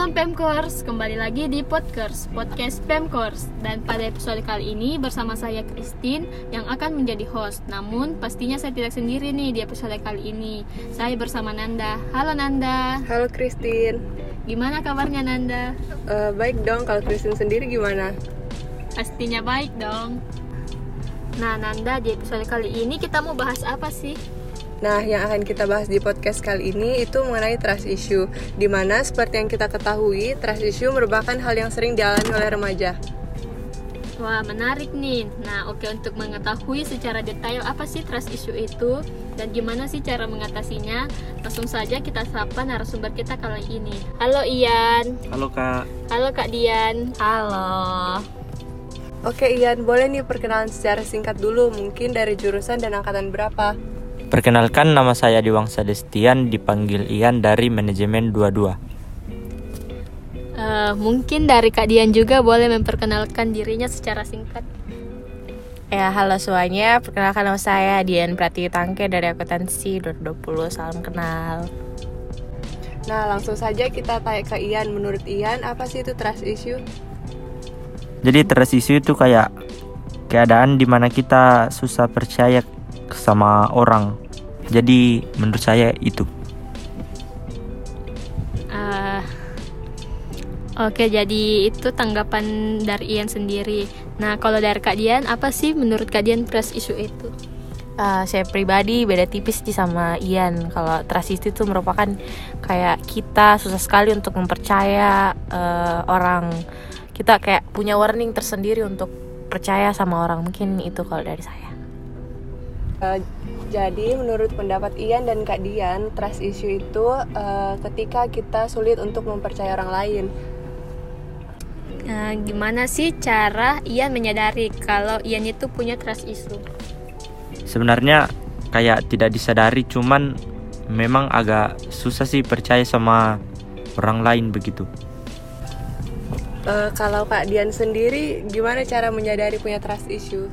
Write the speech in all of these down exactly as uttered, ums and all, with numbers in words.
Salam Pemkors, kembali lagi di Podcast, Podcast Pemkors. Dan pada episode kali ini bersama saya Christine yang akan menjadi host. Namun pastinya saya tidak sendiri nih di episode kali ini. Saya bersama Nanda. Halo Nanda. Halo Christine. Gimana kabarnya Nanda? Uh, baik dong, kalau Christine sendiri gimana? Pastinya baik dong. Nah Nanda, di episode kali ini kita mau bahas apa sih? Nah, yang akan kita bahas di podcast kali ini itu mengenai trust issue, di mana seperti yang kita ketahui, trust issue merupakan hal yang sering dialami oleh remaja. Wah, menarik nih. Nah, oke, untuk mengetahui secara detail apa sih trust issue itu dan gimana sih cara mengatasinya, langsung saja kita sapa narasumber kita kali ini. Halo Ian. Halo Kak. Halo Kak Dian. Halo. Oke Ian, boleh nih perkenalan secara singkat dulu, mungkin dari jurusan dan angkatan berapa? Perkenalkan, nama saya Diwangsa Destian, dipanggil Ian dari manajemen dua puluh dua. Uh, mungkin dari Kak Dian juga boleh memperkenalkan dirinya secara singkat. Ya, halo semuanya, perkenalkan nama saya Dian Pratiwi Tangke dari akuntansi dua ribu dua puluh, salam kenal. Nah, langsung saja kita tanya ke Ian, menurut Ian apa sih itu trust issue? Jadi trust issue itu kayak keadaan di mana kita susah percaya sama orang. Jadi menurut saya itu. Uh, Oke, jadi itu tanggapan dari Ian sendiri. Nah, kalau dari Kak Dian, apa sih menurut Kak Dian trust issue itu? Uh, saya pribadi beda tipis sih sama Ian. Kalau trust issue itu merupakan kayak kita susah sekali untuk mempercaya uh, orang. Kita kayak punya warning tersendiri untuk percaya sama orang. Mungkin itu kalau dari saya. Uh, jadi menurut pendapat Ian dan Kak Dian, trust issue itu uh, ketika kita sulit untuk mempercayai orang lain. Nah, gimana sih cara Ian menyadari kalau Ian itu punya trust issue? Sebenarnya kayak tidak disadari, cuman memang agak susah sih percaya sama orang lain begitu. Uh, kalau Kak Dian sendiri, gimana cara menyadari punya trust issue?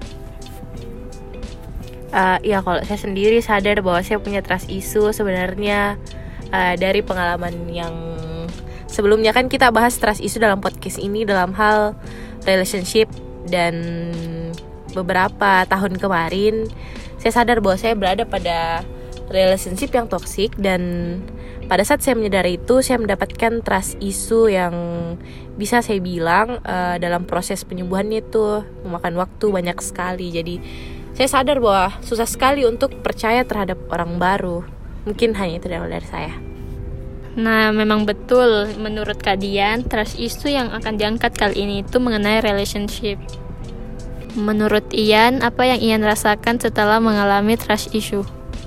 Uh, ya kalau saya sendiri sadar bahwa saya punya trust issue sebenarnya uh, dari pengalaman yang sebelumnya. Kan kita bahas trust issue dalam podcast ini dalam hal relationship, dan beberapa tahun kemarin saya sadar bahwa saya berada pada relationship yang toksik, dan pada saat saya menyadari itu saya mendapatkan trust issue yang bisa saya bilang uh, dalam proses penyembuhannya itu memakan waktu banyak sekali. Jadi saya sadar bahwa susah sekali untuk percaya terhadap orang baru. Mungkin hanya itu dari saya. Nah, memang betul menurut Kak Dian, trust issue yang akan diangkat kali ini itu mengenai relationship. Menurut Ian, apa yang Ian rasakan setelah mengalami trust issue?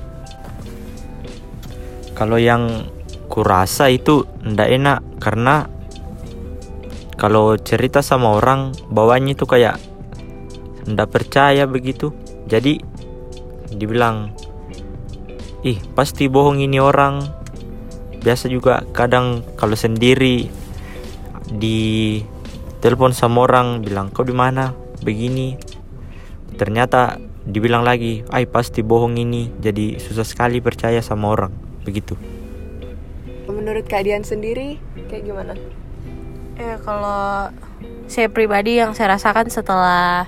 Kalau yang kurasa itu ndak enak, karena kalau cerita sama orang bawaannya itu kayak ndak percaya begitu. Jadi dibilang, ih pasti bohong ini orang. Biasa juga kadang kalau sendiri di telepon sama orang bilang kau di mana begini, ternyata dibilang lagi, ay pasti bohong ini. Jadi susah sekali percaya sama orang begitu. Menurut Kak Dian sendiri kayak gimana? Eh kalau saya pribadi yang saya rasakan setelah,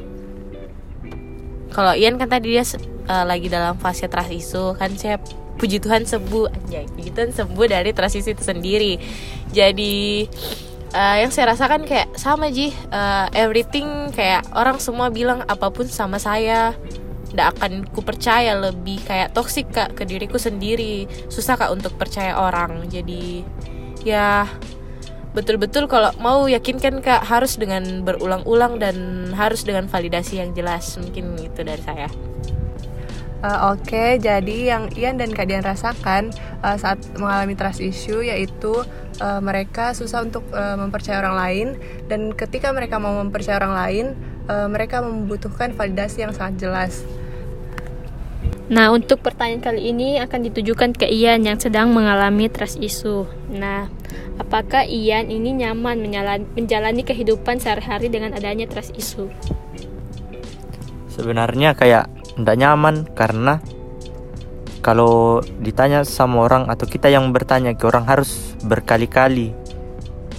kalau Ian kan tadi dia uh, lagi dalam fase trust issue, kan saya puji Tuhan sembuh, anjay, puji Tuhan sembuh dari trust issue itu sendiri. Jadi uh, yang saya rasakan kayak sama Ji, uh, everything kayak orang semua bilang apapun sama saya, nggak akan ku percaya, lebih kayak toksik Kak ke diriku sendiri, susah Kak untuk percaya orang. Jadi ya betul-betul kalau mau yakinkan Kak harus dengan berulang-ulang dan harus dengan validasi yang jelas. Mungkin itu dari saya. Uh, Oke, okay, jadi yang Ian dan Kak Dian rasakan uh, saat mengalami trust issue yaitu uh, mereka susah untuk uh, mempercayai orang lain, dan ketika mereka mau mempercayai orang lain, uh, mereka membutuhkan validasi yang sangat jelas. Nah, untuk pertanyaan kali ini akan ditujukan ke Ian yang sedang mengalami trust issue. Nah, apakah Ian ini nyaman menjalani kehidupan sehari-hari dengan adanya trust issue? Sebenarnya kayak nggak nyaman, karena kalau ditanya sama orang atau kita yang bertanya ke orang harus berkali-kali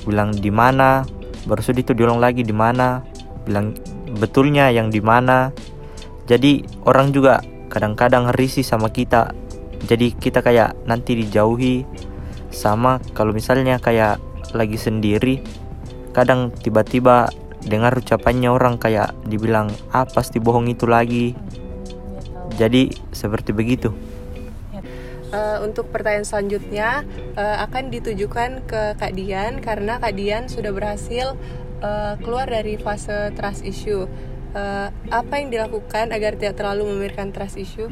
bilang di mana, baru sudah itu diulang lagi di mana, bilang betulnya yang di mana. Jadi orang juga kadang-kadang risih sama kita. Jadi kita kayak nanti dijauhi. Sama kalau misalnya kayak lagi sendiri, kadang tiba-tiba dengar ucapannya orang kayak dibilang ah pasti bohong itu lagi. Jadi seperti begitu. Uh, untuk pertanyaan selanjutnya uh, akan ditujukan ke Kak Dian, karena Kak Dian sudah berhasil uh, keluar dari fase trust issue. Uh, apa yang dilakukan agar tidak terlalu memikirkan trust issue?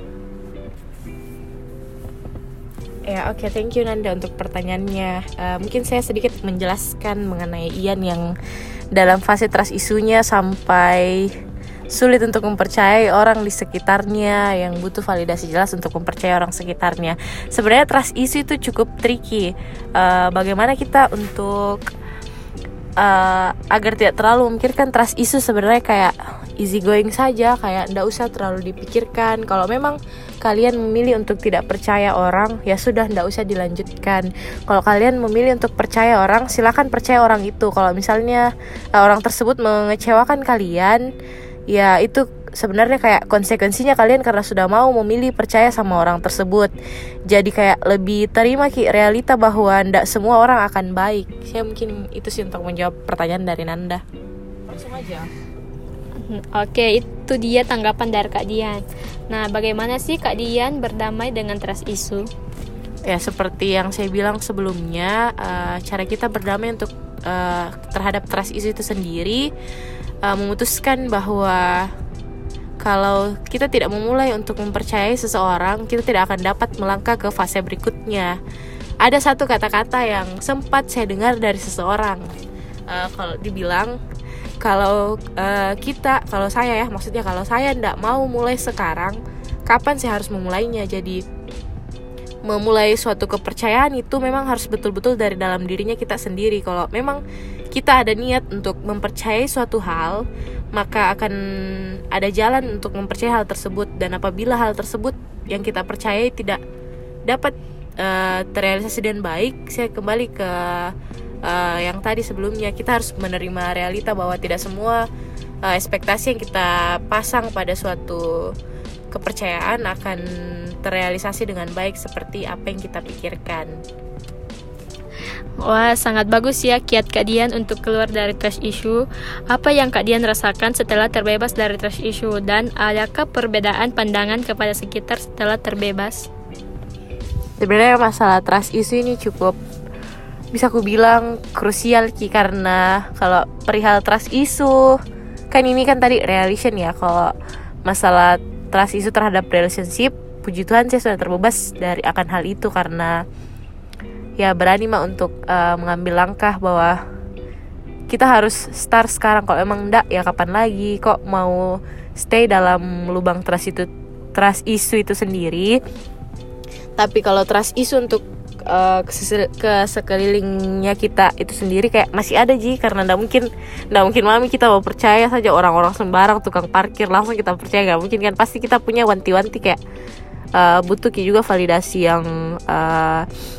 Ya oke, okay, thank you Nanda untuk pertanyaannya. uh, Mungkin saya sedikit menjelaskan mengenai Ian yang dalam fase trust issue-nya sampai sulit untuk mempercayai orang di sekitarnya, yang butuh validasi jelas untuk mempercayai orang sekitarnya. Sebenarnya trust issue itu cukup tricky. uh, Bagaimana kita untuk uh, agar tidak terlalu memikirkan trust issue, sebenarnya kayak easy going saja, kayak ndak usah terlalu dipikirkan. Kalau memang kalian memilih untuk tidak percaya orang, ya sudah, ndak usah dilanjutkan. Kalau kalian memilih untuk percaya orang, silakan percaya orang itu. Kalau misalnya uh, orang tersebut mengecewakan kalian, ya itu sebenarnya kayak konsekuensinya kalian karena sudah mau memilih percaya sama orang tersebut. Jadi kayak lebih terima ki realita bahwa ndak semua orang akan baik. Saya mungkin itu sih untuk menjawab pertanyaan dari Nanda. Langsung aja. Oke, itu dia tanggapan dari Kak Dian. Nah, bagaimana sih Kak Dian berdamai dengan trust issue? Ya seperti yang saya bilang sebelumnya, uh, cara kita berdamai untuk uh, terhadap trust issue itu sendiri, uh, memutuskan bahwa kalau kita tidak memulai untuk mempercayai seseorang, kita tidak akan dapat melangkah ke fase berikutnya. Ada satu kata-kata yang sempat saya dengar dari seseorang, uh, kalau dibilang kalau uh, kita, kalau saya ya, maksudnya kalau saya tidak mau mulai sekarang, kapan saya harus memulainya? Jadi memulai suatu kepercayaan itu memang harus betul-betul dari dalam dirinya kita sendiri. Kalau memang kita ada niat untuk mempercayai suatu hal, maka akan ada jalan untuk mempercayai hal tersebut. Dan apabila hal tersebut yang kita percayai tidak dapat uh, terrealisasi dengan baik, saya kembali ke uh, yang tadi sebelumnya, kita harus menerima realita bahwa tidak semua uh, ekspektasi yang kita pasang pada suatu kepercayaan akan terrealisasi dengan baik seperti apa yang kita pikirkan. Wah, sangat bagus ya kiat Kak Dian untuk keluar dari trust issue. Apa yang Kak Dian rasakan setelah terbebas dari trust issue, dan adakah perbedaan pandangan kepada sekitar setelah terbebas? Sebenarnya masalah trust issue ini cukup, bisa aku bilang krusial Ki, karena kalau perihal trust issue kan ini kan tadi relation ya. Kalau masalah trust issue terhadap relationship, puji Tuhan saya sudah terbebas dari akan hal itu, karena ya berani mah untuk uh, mengambil langkah bahwa kita harus start sekarang. Kalau emang enggak, ya kapan lagi, kok mau stay dalam lubang trust itu, trust issue itu sendiri. Tapi kalau trust issue untuk uh, ke sekelilingnya kita itu sendiri kayak masih ada Ji, karena enggak mungkin enggak mungkin mami kita mau percaya saja orang-orang sembarang tukang parkir langsung kita percaya, enggak mungkin kan. Pasti kita punya wanti-wanti kayak uh, butuh juga validasi yang uh,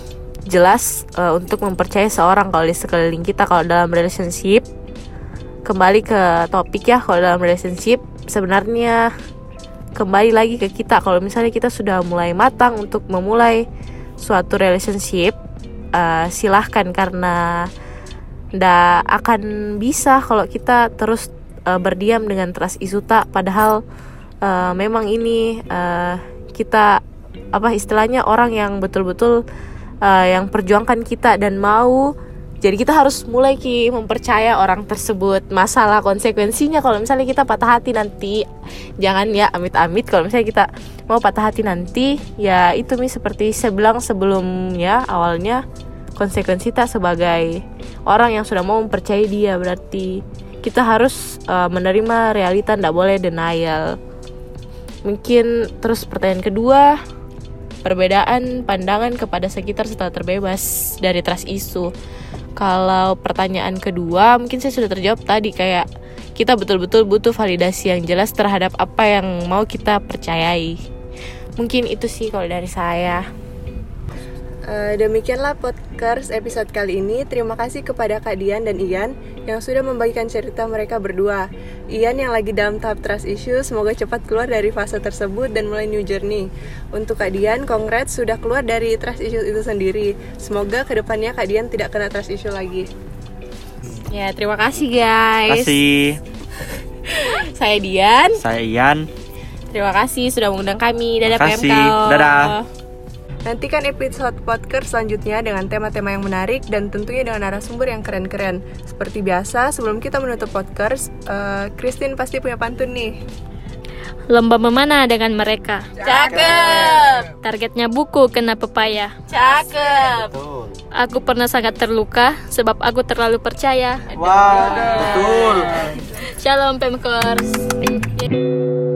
jelas uh, untuk mempercayai seorang kalau di sekeliling kita. Kalau dalam relationship, kembali ke topik ya, kalau dalam relationship sebenarnya kembali lagi ke kita. Kalau misalnya kita sudah mulai matang untuk memulai suatu relationship, uh, silahkan, karena ndak akan bisa kalau kita terus uh, berdiam dengan trust issue tak. Padahal uh, memang ini uh, kita apa istilahnya orang yang betul-betul Uh, yang perjuangkan kita dan mau, jadi kita harus mulai Ki mempercaya orang tersebut. Masalah konsekuensinya kalau misalnya kita patah hati nanti, jangan ya amit-amit kalau misalnya kita mau patah hati nanti, ya itu Mi seperti saya bilang sebelumnya awalnya, konsekuensi kita sebagai orang yang sudah mau mempercayai dia, berarti kita harus uh, menerima realita, tidak boleh denial. Mungkin terus pertanyaan kedua, perbedaan pandangan kepada sekitar setelah terbebas dari trust issue. Kalau pertanyaan kedua, mungkin saya sudah terjawab tadi, kayak kita betul-betul butuh validasi yang jelas terhadap apa yang mau kita percayai. Mungkin itu sih kalau dari saya. Uh, demikianlah podcast episode kali ini. Terima kasih kepada Kak Dian dan Ian yang sudah membagikan cerita mereka berdua. Ian yang lagi dalam tahap trust issue, semoga cepat keluar dari fase tersebut dan mulai new journey. Untuk Kak Dian, congrats sudah keluar dari trust issue itu sendiri. Semoga kedepannya Kak Dian tidak kena trust issue lagi. Ya, terima kasih guys. Terima kasih. Saya Dian. Saya Ian. Terima kasih sudah mengundang kami. Dadah Terima kasih. P M K. Dadah. Nantikan episode podcast selanjutnya dengan tema-tema yang menarik dan tentunya dengan narasumber yang keren-keren. Seperti biasa, sebelum kita menutup podcast, uh, Christine pasti punya pantun nih. Lomba memanah dengan mereka. Cakep. Targetnya buku kena pepaya. Cakep. Aku pernah sangat terluka sebab aku terlalu percaya. Wah, betul. Shalom Pemkors.